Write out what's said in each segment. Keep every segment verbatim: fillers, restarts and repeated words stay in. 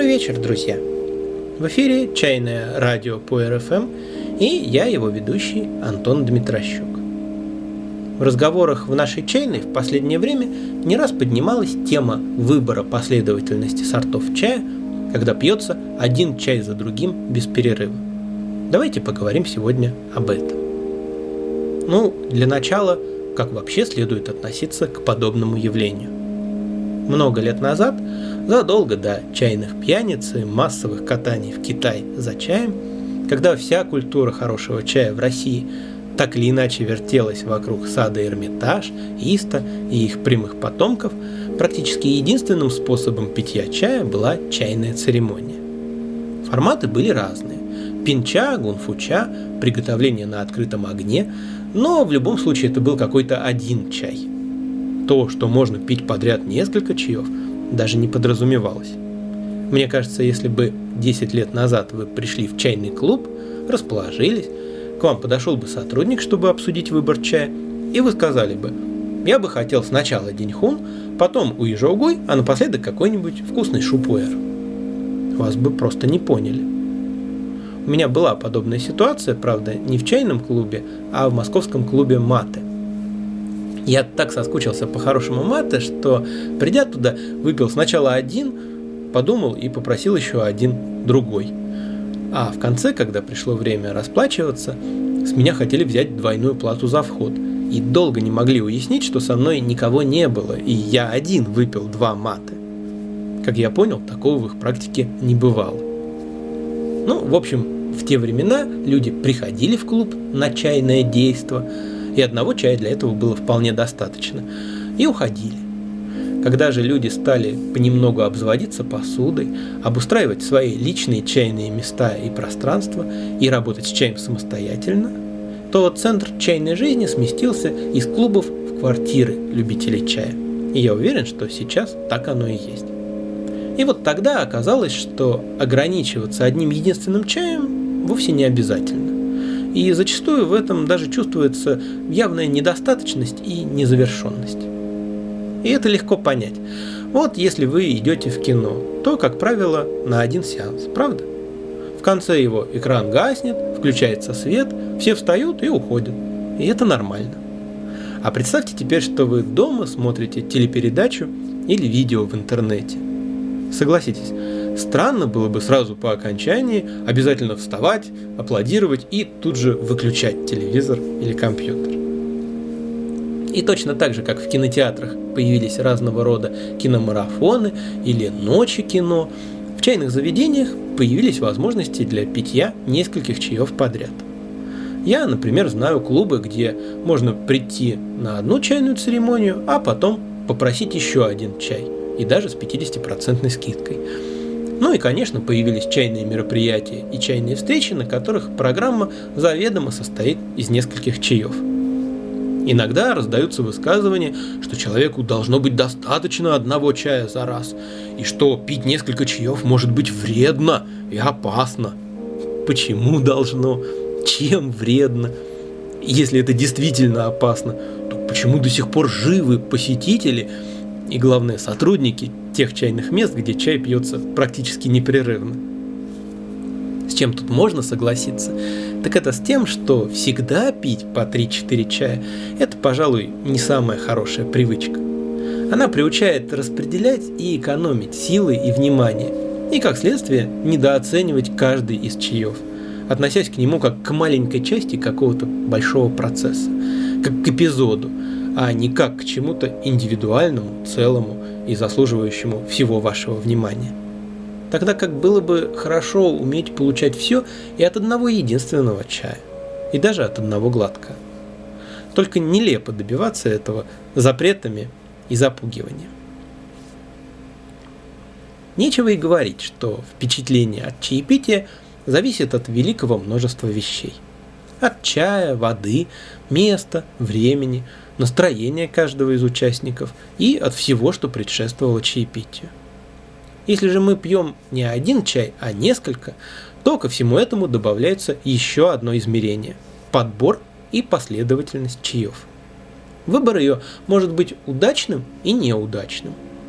вечер, друзья! В эфире «Чайное радио» по эр эф эм, и я, его ведущий, Антон Дмитрощук. В разговорах в нашей чайной в последнее время не раз поднималась тема выбора последовательности сортов чая, когда пьется один чай за другим без перерыва. Давайте поговорим сегодня об этом. Ну, для начала, как вообще следует относиться к подобному явлению. Много лет назад, задолго до чайных пьяниц и массовых катаний в Китай за чаем, когда вся культура хорошего чая в России так или иначе вертелась вокруг сада Эрмитаж, Иста и их прямых потомков, практически единственным способом питья чая была чайная церемония. Форматы были разные – пинча, гунфуча, приготовление на открытом огне, но в любом случае это был какой-то один чай. То, что можно пить подряд несколько чаев, даже не подразумевалось. Мне кажется, если бы десять лет назад вы пришли в чайный клуб, расположились, к вам подошел бы сотрудник, чтобы обсудить выбор чая, и вы сказали бы: я бы хотел сначала диньхун, потом уйжоугуй, а напоследок какой-нибудь вкусный шупуэр. Вас бы просто не поняли. У меня была подобная ситуация, правда, не в чайном клубе, а в московском клубе мате. Я так соскучился по хорошему мате, что, придя туда, выпил сначала один, подумал и попросил еще один другой. А в конце, когда пришло время расплачиваться, с меня хотели взять двойную плату за вход. И долго не могли уяснить, что со мной никого не было, и я один выпил два мате. Как я понял, такого в их практике не бывало. Ну, в общем, в те времена люди приходили в клуб на чайное действо, и одного чая для этого было вполне достаточно, и уходили. Когда же люди стали понемногу обзаводиться посудой, обустраивать свои личные чайные места и пространства и работать с чаем самостоятельно, то центр чайной жизни сместился из клубов в квартиры любителей чая. И я уверен, что сейчас так оно и есть. И вот тогда оказалось, что ограничиваться одним единственным чаем вовсе не обязательно. И зачастую в этом даже чувствуется явная недостаточность и незавершенность. И это легко понять. Вот если вы идете в кино, то, как правило, на один сеанс, правда? В конце его экран гаснет, включается свет, все встают и уходят. И это нормально. А представьте теперь, что вы дома смотрите телепередачу или видео в интернете. Согласитесь, странно было бы сразу по окончании обязательно вставать, аплодировать и тут же выключать телевизор или компьютер. И точно так же, как в кинотеатрах появились разного рода киномарафоны или ночи кино, в чайных заведениях появились возможности для питья нескольких чаев подряд. Я, например, знаю клубы, где можно прийти на одну чайную церемонию, а потом попросить еще один чай, и даже с пятидесятипроцентной скидкой. Ну и, конечно, появились чайные мероприятия и чайные встречи, на которых программа заведомо состоит из нескольких чаев. Иногда раздаются высказывания, что человеку должно быть достаточно одного чая за раз, и что пить несколько чаев может быть вредно и опасно. Почему должно? Чем вредно? Если это действительно опасно, то почему до сих пор живы посетители и, главное, сотрудники тех чайных мест, где чай пьется практически непрерывно? С чем тут можно согласиться, так это с тем, что всегда пить по три-четыре чая – это, пожалуй, не самая хорошая привычка. Она приучает распределять и экономить силы и внимание, и, как следствие, недооценивать каждый из чаев, относясь к нему как к маленькой части какого-то большого процесса, как к эпизоду, а не как к чему-то индивидуальному, целому и заслуживающему всего вашего внимания. Тогда как было бы хорошо уметь получать все и от одного единственного чая, и даже от одного глотка. Только нелепо добиваться этого запретами и запугиванием. Нечего и говорить, что впечатление от чаепития зависит от великого множества вещей. От чая, воды, места, времени, настроения каждого из участников и от всего, что предшествовало чаепитию. Если же мы пьем не один чай, а несколько, то ко всему этому добавляется еще одно измерение – подбор и последовательность чаев. Выбор ее может быть удачным и неудачным.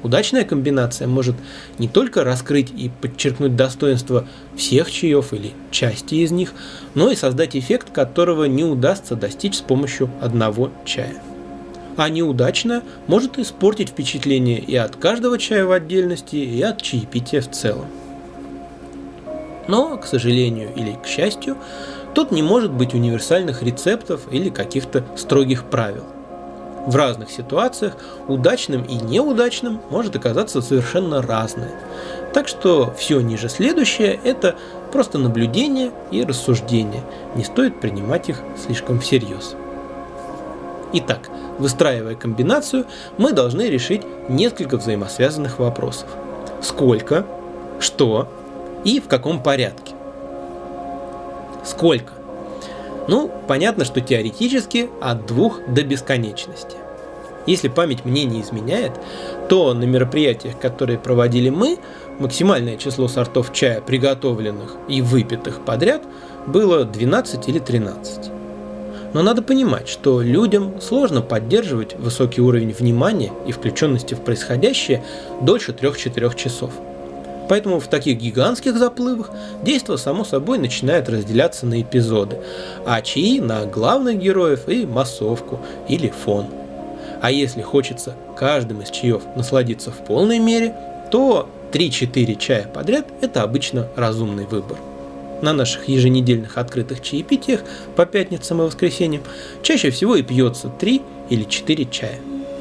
Удачная комбинация может не только раскрыть и подчеркнуть достоинства всех чаев или части из них, но и создать эффект, которого не удастся достичь с помощью одного чая. А неудачная может испортить впечатление и от каждого чая в отдельности, и от чаепития в целом. Но, к сожалению или к счастью, тут не может быть универсальных рецептов или каких-то строгих правил. В разных ситуациях удачным и неудачным может оказаться совершенно разное. Так что все ниже следующее – это просто наблюдение и рассуждение. Не стоит принимать их слишком всерьез. Итак, выстраивая комбинацию, мы должны решить несколько взаимосвязанных вопросов. Сколько, что и в каком порядке. Сколько? Ну, понятно, что теоретически от двух до бесконечности. Если память мне не изменяет, то на мероприятиях, которые проводили мы, максимальное число сортов чая, приготовленных и выпитых подряд, было двенадцать или тринадцать. Но надо понимать, что людям сложно поддерживать высокий уровень внимания и включенности в происходящее дольше трех-четырех часов. Поэтому в таких гигантских заплывах действо само собой начинает разделяться на эпизоды, а чаи на главных героев и массовку или фон. А если хочется каждым из чаев насладиться в полной мере, то три-четыре чая подряд – это обычно разумный выбор. На наших еженедельных открытых чаепитиях по пятницам и воскресеньям чаще всего и пьется три или четыре чая.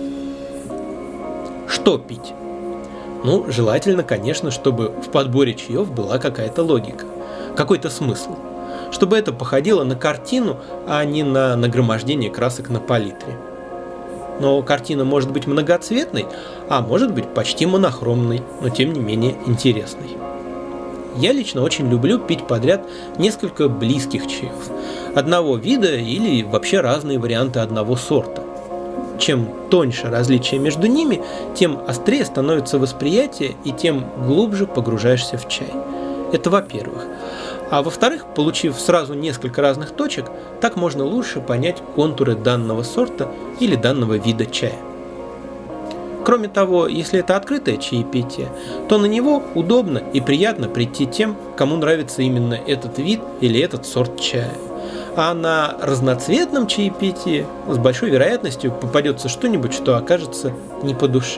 Что пить? Ну, желательно, конечно, чтобы в подборе чаев была какая-то логика, какой-то смысл, чтобы это походило на картину, а не на нагромождение красок на палитре. Но картина может быть многоцветной, а может быть почти монохромной, но тем не менее интересной. Я лично очень люблю пить подряд несколько близких чаев, одного вида или вообще разные варианты одного сорта. Чем тоньше различие между ними, тем острее становится восприятие и тем глубже погружаешься в чай. Это во-первых. А во-вторых, получив сразу несколько разных точек, так можно лучше понять контуры данного сорта или данного вида чая. Кроме того, если это открытое чаепитие, то на него удобно и приятно прийти тем, кому нравится именно этот вид или этот сорт чая. А на разноцветном чаепитии с большой вероятностью попадется что-нибудь, что окажется не по душе.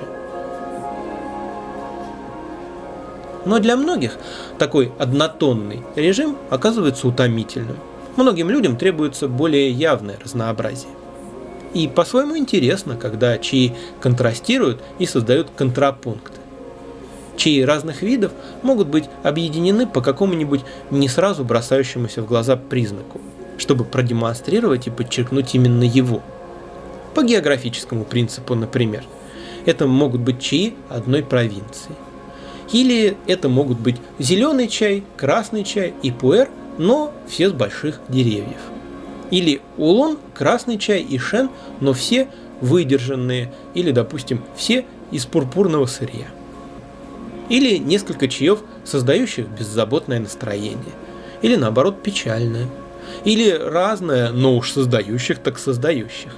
Но для многих такой однотонный режим оказывается утомительным. Многим людям требуется более явное разнообразие. И по-своему интересно, когда чаи контрастируют и создают контрапункты. Чаи разных видов могут быть объединены по какому-нибудь не сразу бросающемуся в глаза признаку, чтобы продемонстрировать и подчеркнуть именно его. По географическому принципу, например. Это могут быть чаи одной провинции. Или это могут быть зеленый чай, красный чай и пуэр, но все с больших деревьев. Или улун, красный чай и шен, но все выдержанные, или, допустим, все из пурпурного сырья. Или несколько чаев, создающих беззаботное настроение, или наоборот печальное. Или разное, но уж создающих так создающих.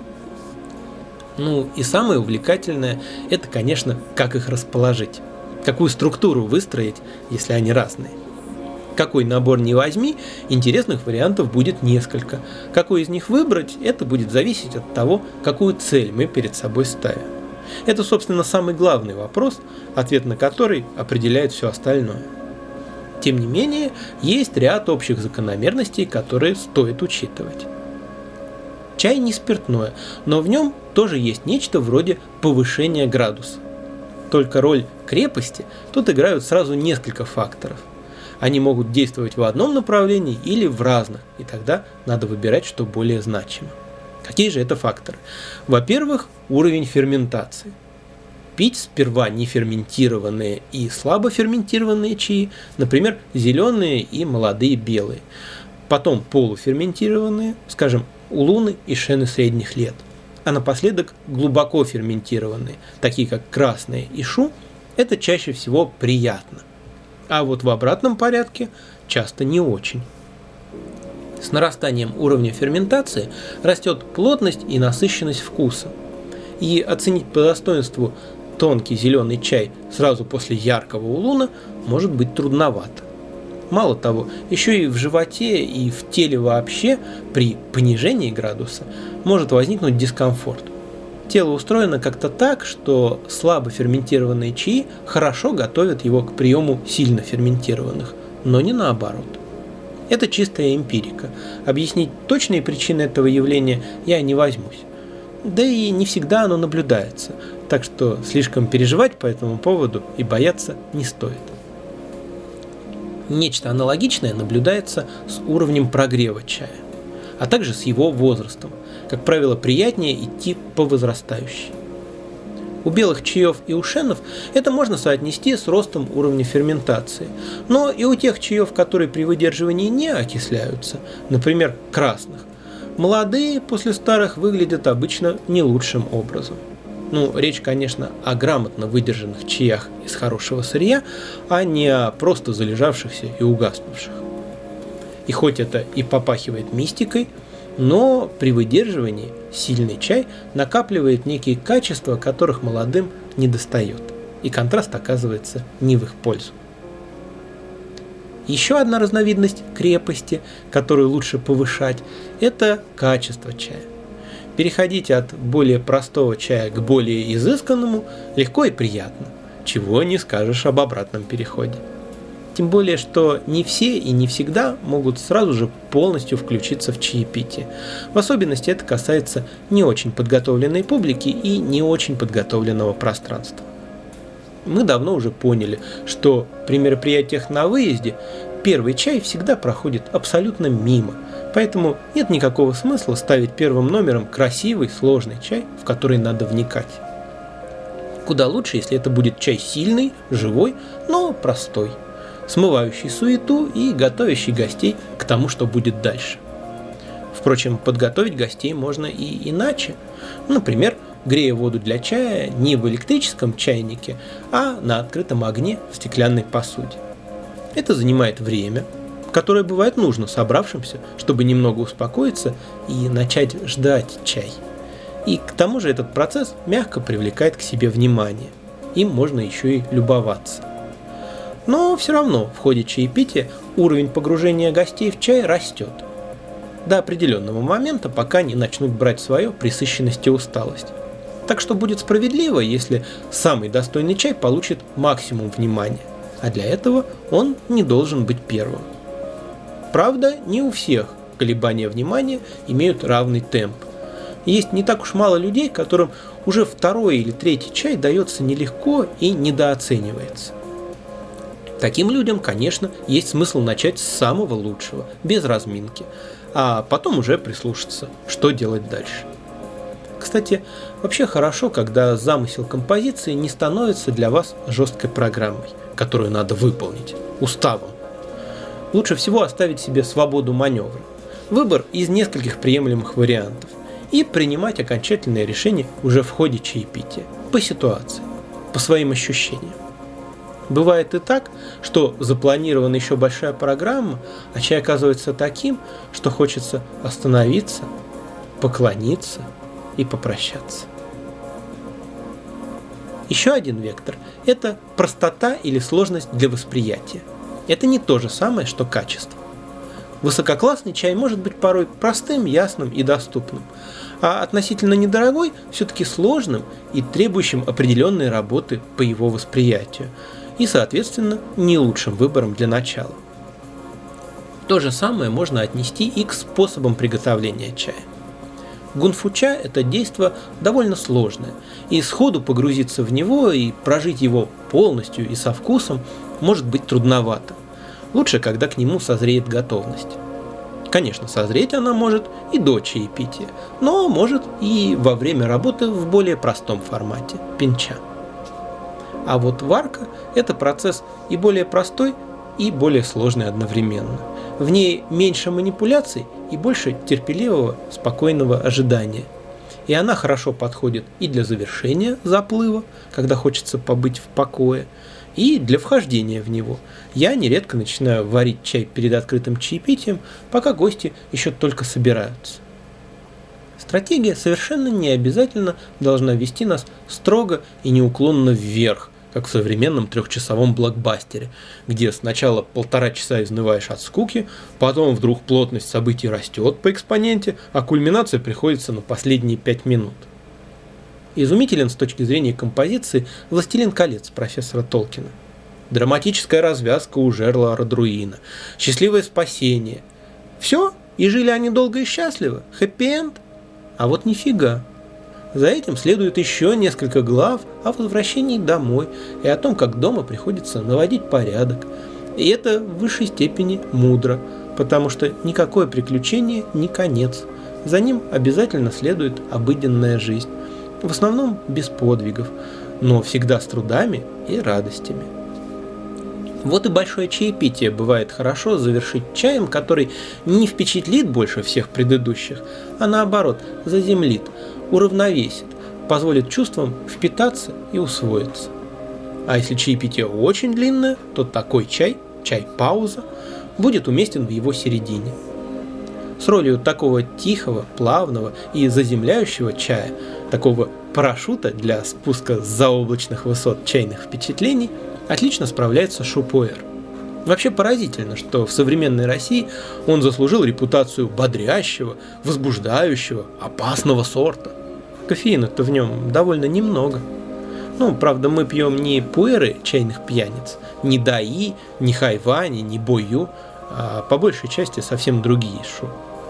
Ну и самое увлекательное – это, конечно, как их расположить. Какую структуру выстроить, если они разные. Какой набор ни возьми, интересных вариантов будет несколько. Какой из них выбрать, это будет зависеть от того, какую цель мы перед собой ставим. Это, собственно, самый главный вопрос, ответ на который определяет все остальное. Тем не менее, есть ряд общих закономерностей, которые стоит учитывать. Чай не спиртное, но в нем тоже есть нечто вроде повышения градуса. Только роль крепости тут играют сразу несколько факторов. Они могут действовать в одном направлении или в разных, и тогда надо выбирать, что более значимо. Какие же это факторы? Во-первых, уровень ферментации. Пить сперва неферментированные и слабо ферментированные чаи, например, зеленые и молодые белые. Потом полуферментированные, скажем, улуны и шены средних лет. А напоследок глубоко ферментированные, такие как красные и шу, это чаще всего приятно. А вот в обратном порядке часто не очень. С нарастанием уровня ферментации растет плотность и насыщенность вкуса. И оценить по достоинству тонкий зеленый чай сразу после яркого улуна может быть трудновато. Мало того, еще и в животе, и в теле вообще при понижении градуса может возникнуть дискомфорт. Тело устроено как-то так, что слабо ферментированные чаи хорошо готовят его к приему сильно ферментированных, но не наоборот. Это чистая эмпирика. Объяснить точные причины этого явления я не возьмусь. Да и не всегда оно наблюдается, так что слишком переживать по этому поводу и бояться не стоит. Нечто аналогичное наблюдается с уровнем прогрева чая, а также с его возрастом. Как правило, приятнее идти по возрастающей. У белых чаев и у шенов это можно соотнести с ростом уровня ферментации. Но и у тех чаев, которые при выдерживании не окисляются, например, красных, молодые после старых выглядят обычно не лучшим образом. Ну, речь, конечно, о грамотно выдержанных чаях из хорошего сырья, а не о просто залежавшихся и угаснувших. И хоть это и попахивает мистикой, но при выдерживании сильный чай накапливает некие качества, которых молодым недостает, и контраст оказывается не в их пользу. Еще одна разновидность крепости, которую лучше повышать, это качество чая. Переходить от более простого чая к более изысканному легко и приятно, чего не скажешь об обратном переходе. Тем более, что не все и не всегда могут сразу же полностью включиться в чаепитие. В особенности это касается не очень подготовленной публики и не очень подготовленного пространства. Мы давно уже поняли, что при мероприятиях на выезде первый чай всегда проходит абсолютно мимо, поэтому нет никакого смысла ставить первым номером красивый, сложный чай, в который надо вникать. Куда лучше, если это будет чай сильный, живой, но простой, смывающий суету и готовящий гостей к тому, что будет дальше. Впрочем, подготовить гостей можно и иначе. Например, грея воду для чая не в электрическом чайнике, а на открытом огне в стеклянной посуде. Это занимает время, которое бывает нужно собравшимся, чтобы немного успокоиться и начать ждать чай. И к тому же этот процесс мягко привлекает к себе внимание. Им можно еще и любоваться. Но все равно в ходе чаепития уровень погружения гостей в чай растет. До определенного момента, пока не начнут брать свое пресыщенность и усталость. Так что будет справедливо, если самый достойный чай получит максимум внимания, а для этого он не должен быть первым. Правда, не у всех колебания внимания имеют равный темп. Есть не так уж мало людей, которым уже второй или третий чай дается нелегко и недооценивается. Таким людям, конечно, есть смысл начать с самого лучшего, без разминки, а потом уже прислушаться, что делать дальше. Кстати, вообще хорошо, когда замысел композиции не становится для вас жесткой программой, которую надо выполнить, уставом. Лучше всего оставить себе свободу маневра, выбор из нескольких приемлемых вариантов и принимать окончательное решение уже в ходе чаепития, по ситуации, по своим ощущениям. Бывает и так, что запланирована еще большая программа, а чай оказывается таким, что хочется остановиться, поклониться и попрощаться. Еще один вектор – это простота или сложность для восприятия. Это не то же самое, что качество. Высококлассный чай может быть порой простым, ясным и доступным, а относительно недорогой все-таки сложным и требующим определенной работы по его восприятию, и, соответственно, не лучшим выбором для начала. То же самое можно отнести и к способам приготовления чая. Гунфу-ча – это действо довольно сложное, и сходу погрузиться в него и прожить его полностью и со вкусом может быть трудновато. Лучше, когда к нему созреет готовность. Конечно, созреть она может и до чаепития, но может и во время работы в более простом формате – пинча. А вот варка – это процесс и более простой, и более сложный одновременно. В ней меньше манипуляций и больше терпеливого, спокойного ожидания. И она хорошо подходит и для завершения заплыва, когда хочется побыть в покое, и для вхождения в него. Я нередко начинаю варить чай перед открытым чаепитием, пока гости еще только собираются. С стратегия совершенно не обязательно должна вести нас строго и неуклонно вверх, как в современном трехчасовом блокбастере, где сначала полтора часа изнываешь от скуки, потом вдруг плотность событий растет по экспоненте, а кульминация приходится на последние пять минут. Изумителен с точки зрения композиции «Властелин колец» профессора Толкина. Драматическая развязка у жерла Радруина, счастливое спасение. Все, и жили они долго и счастливо, хэппи-энд. А вот нифига. За этим следует еще несколько глав о возвращении домой и о том, как дома приходится наводить порядок. И это в высшей степени мудро, потому что никакое приключение не конец. За ним обязательно следует обыденная жизнь. В основном без подвигов, но всегда с трудами и радостями. Вот и большое чаепитие бывает хорошо завершить чаем, который не впечатлит больше всех предыдущих, а наоборот заземлит, уравновесит, позволит чувствам впитаться и усвоиться. А если чаепитие очень длинное, то такой чай, чай-пауза, будет уместен в его середине. С ролью такого тихого, плавного и заземляющего чая, такого парашюта для спуска с заоблачных высот чайных впечатлений, отлично справляется Шупуэр. Вообще поразительно, что в современной России он заслужил репутацию бодрящего, возбуждающего, опасного сорта. Кофеина-то в нем довольно немного. Ну, правда, мы пьем не пуэры чайных пьяниц, не даи, не хайвани, не бою, а по большей части совсем другие шу.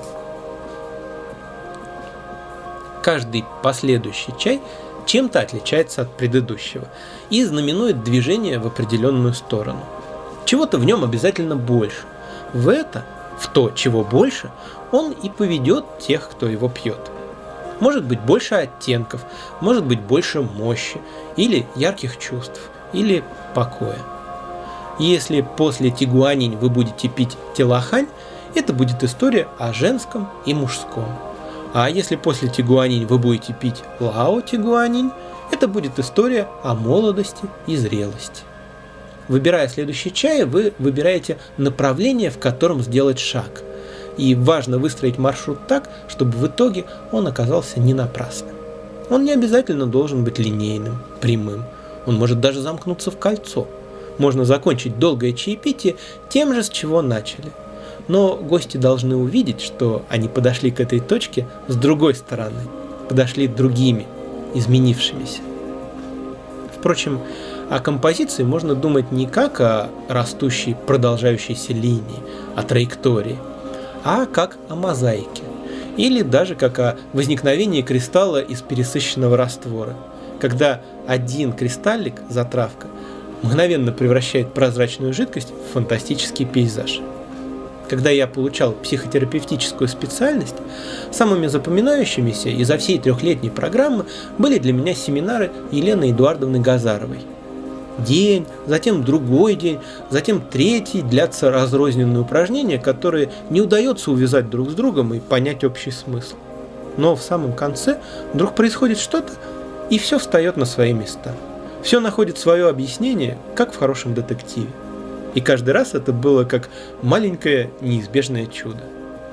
Каждый последующий чай чем-то отличается от предыдущего и знаменует движение в определенную сторону. Чего-то в нем обязательно больше. В это, в то, чего больше, он и поведет тех, кто его пьет. Может быть больше оттенков, может быть больше мощи, или ярких чувств, или покоя. Если после тигуанинь вы будете пить телахань, это будет история о женском и мужском. А если после тигуанинь вы будете пить лао тигуанинь, это будет история о молодости и зрелости. Выбирая следующий чай, вы выбираете направление, в котором сделать шаг. И важно выстроить маршрут так, чтобы в итоге он оказался не напрасным. Он не обязательно должен быть линейным, прямым. Он может даже замкнуться в кольцо. Можно закончить долгое чаепитие тем же, с чего начали. Но гости должны увидеть, что они подошли к этой точке с другой стороны, подошли другими, изменившимися. Впрочем, о композиции можно думать не как о растущей, продолжающейся линии, о траектории, а как о мозаике, или даже как о возникновении кристалла из пересыщенного раствора, когда один кристаллик, затравка, мгновенно превращает прозрачную жидкость в фантастический пейзаж. Когда я получал психотерапевтическую специальность, самыми запоминающимися изо всей трехлетней программы были для меня семинары Елены Эдуардовны Газаровой. День, затем другой день, затем третий длятся разрозненные упражнения, которые не удается увязать друг с другом и понять общий смысл. Но в самом конце вдруг происходит что-то, и все встает на свои места. Все находит свое объяснение, как в хорошем детективе. И каждый раз это было как маленькое неизбежное чудо.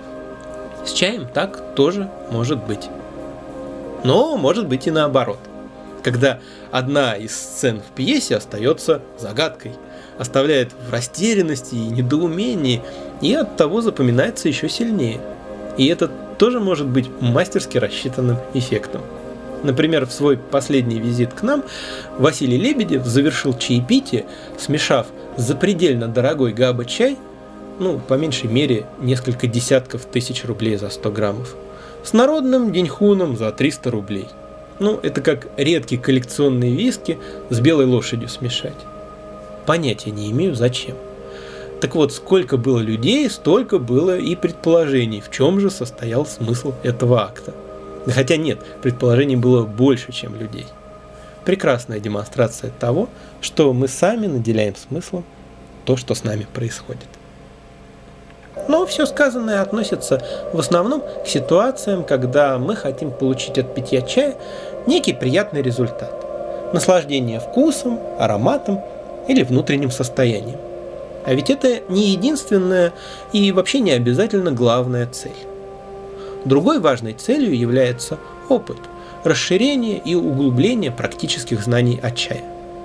С чаем так тоже может быть. Но может быть и наоборот. Когда одна из сцен в пьесе остается загадкой, оставляет в растерянности и недоумении, и оттого запоминается еще сильнее. И это тоже может быть мастерски рассчитанным эффектом. Например, в свой последний визит к нам Василий Лебедев завершил чаепитие, смешав запредельно дорогой габа-чай, ну, по меньшей мере, несколько десятков тысяч рублей за сто граммов, с народным деньхуном за триста рублей. Ну, это как редкие коллекционные виски с белой лошадью смешать. Понятия не имею, зачем. Так вот, сколько было людей, столько было и предположений, в чем же состоял смысл этого акта. Хотя нет, предположений было больше, чем людей. Прекрасная демонстрация того, что мы сами наделяем смыслом то, что с нами происходит. Но все сказанное относится в основном к ситуациям, когда мы хотим получить от питья чая некий приятный результат. Наслаждение вкусом, ароматом или внутренним состоянием. А ведь это не единственная и вообще не обязательно главная цель. Другой важной целью является опыт, расширение и углубление практических знаний о чае.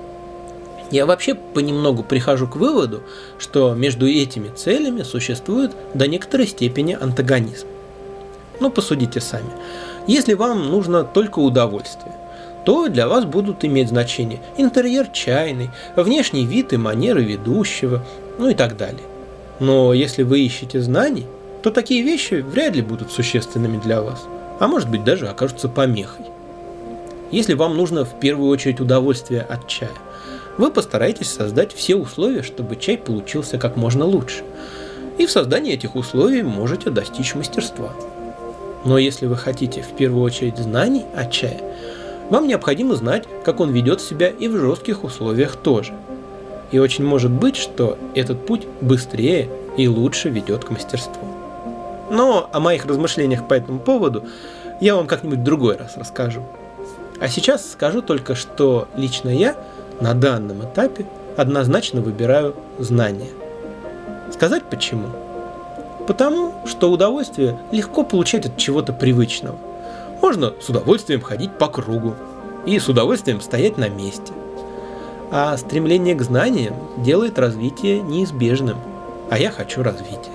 Я вообще понемногу прихожу к выводу, что между этими целями существует до некоторой степени антагонизм. Ну, посудите сами. Если вам нужно только удовольствие, то для вас будут иметь значение интерьер чайный, внешний вид и манеры ведущего, ну и так далее. Но если вы ищете знаний, то такие вещи вряд ли будут существенными для вас, а может быть даже окажутся помехой. Если вам нужно в первую очередь удовольствие от чая, вы постараетесь создать все условия, чтобы чай получился как можно лучше. И в создании этих условий можете достичь мастерства. Но если вы хотите в первую очередь знаний о чае, вам необходимо знать, как он ведет себя и в жестких условиях тоже. И очень может быть, что этот путь быстрее и лучше ведет к мастерству. Но о моих размышлениях по этому поводу я вам как-нибудь в другой раз расскажу. А сейчас скажу только, что лично я на данном этапе однозначно выбираю знания. Сказать почему? Потому что удовольствие легко получать от чего-то привычного. Можно с удовольствием ходить по кругу и с удовольствием стоять на месте. А стремление к знаниям делает развитие неизбежным, а я хочу развития.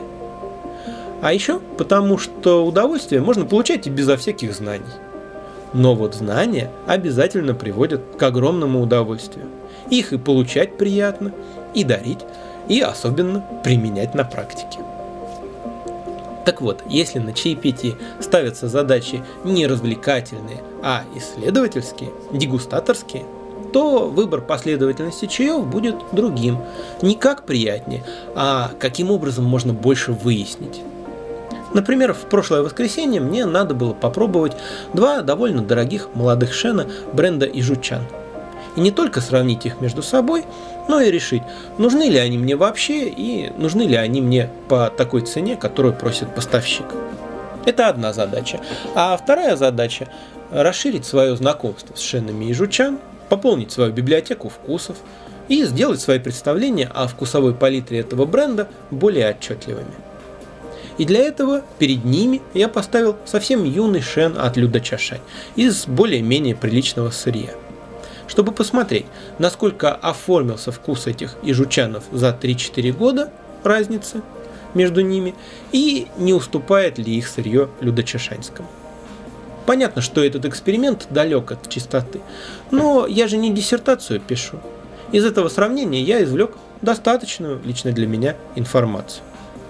А еще потому, что удовольствие можно получать и безо всяких знаний. Но вот знания обязательно приводят к огромному удовольствию. Их и получать приятно, и дарить, и особенно применять на практике. Так вот, если на чаепитии ставятся задачи не развлекательные, а исследовательские, дегустаторские, то выбор последовательности чаев будет другим. Не как приятнее, а каким образом можно больше выяснить. Например, в прошлое воскресенье мне надо было попробовать два довольно дорогих молодых шена бренда Ижучан. И не только сравнить их между собой, но и решить, нужны ли они мне вообще и нужны ли они мне по такой цене, которую просит поставщик. Это одна задача. А вторая задача – расширить свое знакомство с шенами Ижучан, пополнить свою библиотеку вкусов и сделать свои представления о вкусовой палитре этого бренда более отчетливыми. И для этого перед ними я поставил совсем юный шен от Люда Чашань из более-менее приличного сырья, чтобы посмотреть, насколько оформился вкус этих ижучанов за три-четыре года, разница между ними, и не уступает ли их сырье людочашанскому. Понятно, что этот эксперимент далек от чистоты, но я же не диссертацию пишу. Из этого сравнения я извлек достаточную лично для меня информацию.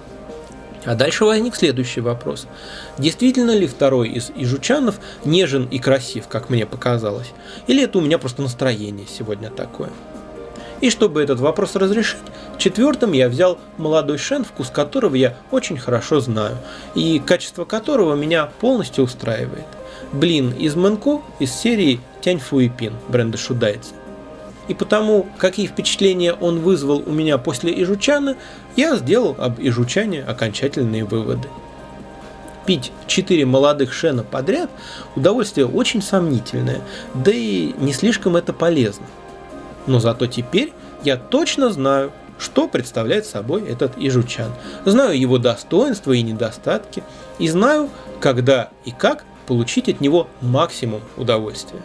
А дальше возник следующий вопрос. Действительно ли второй из ижучанов нежен и красив, как мне показалось? Или это у меня просто настроение сегодня такое? И чтобы этот вопрос разрешить, четвертым я взял молодой шен, вкус которого я очень хорошо знаю, и качество которого меня полностью устраивает. Блин из Мэнку из серии Тянь Фуи Пин бренда Шудайцы. И потому, какие впечатления он вызвал у меня после Ижучана, я сделал об Ижучане окончательные выводы. Пить четыре молодых шена подряд – удовольствие очень сомнительное, да и не слишком это полезно. Но зато теперь я точно знаю, что представляет собой этот Ижучан. Знаю его достоинства и недостатки, и знаю, когда и как получить от него максимум удовольствия.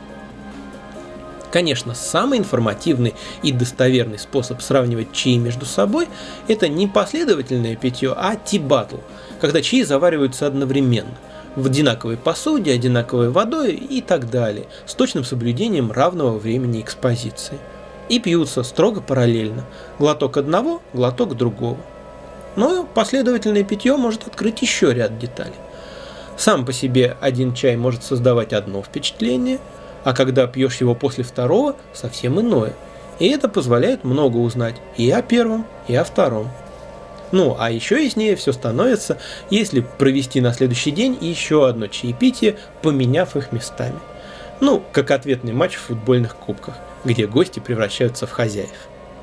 Конечно, самый информативный и достоверный способ сравнивать чаи между собой – это не последовательное питье, а ти-баттл, когда чаи завариваются одновременно, в одинаковой посуде, одинаковой водой и так далее, с точным соблюдением равного времени экспозиции. И пьются строго параллельно, глоток одного, глоток другого. Но последовательное питье может открыть еще ряд деталей. Сам по себе один чай может создавать одно впечатление, а когда пьешь его после второго, совсем иное. И это позволяет много узнать и о первом, и о втором. Ну, а еще яснее все становится, если провести на следующий день еще одно чаепитие, поменяв их местами. Ну, как ответный матч в футбольных кубках, где гости превращаются в хозяев.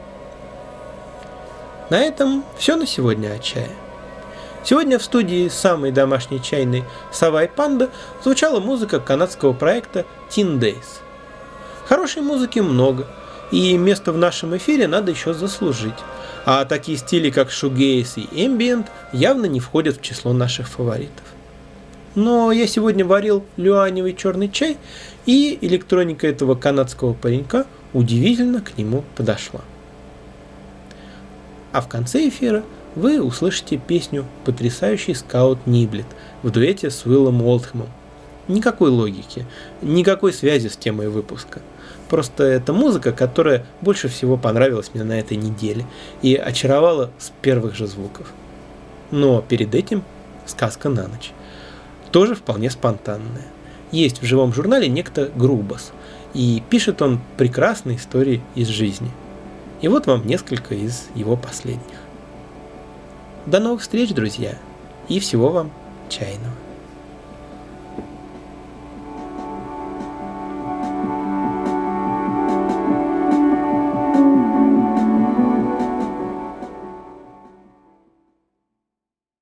На этом все на сегодня о чае. Сегодня в студии самой домашней чайной «Сова и Панда» звучала музыка канадского проекта Teen Days. Хорошей музыки много, и место в нашем эфире надо еще заслужить. А такие стили, как шугейс и эмбиент, явно не входят в число наших фаворитов. Но я сегодня варил люаневый черный чай, и электроника этого канадского паренька удивительно к нему подошла. А в конце эфира вы услышите песню «Потрясающий скаут Ниблет» в дуэте с Уиллом Уолтхэмом. Никакой логики, никакой связи с темой выпуска. Просто это музыка, которая больше всего понравилась мне на этой неделе и очаровала с первых же звуков. Но перед этим сказка на ночь. Тоже вполне спонтанная. Есть в живом журнале некто Грубас, и пишет он прекрасные истории из жизни. И вот вам несколько из его последних. До новых встреч, друзья, и всего вам чайного.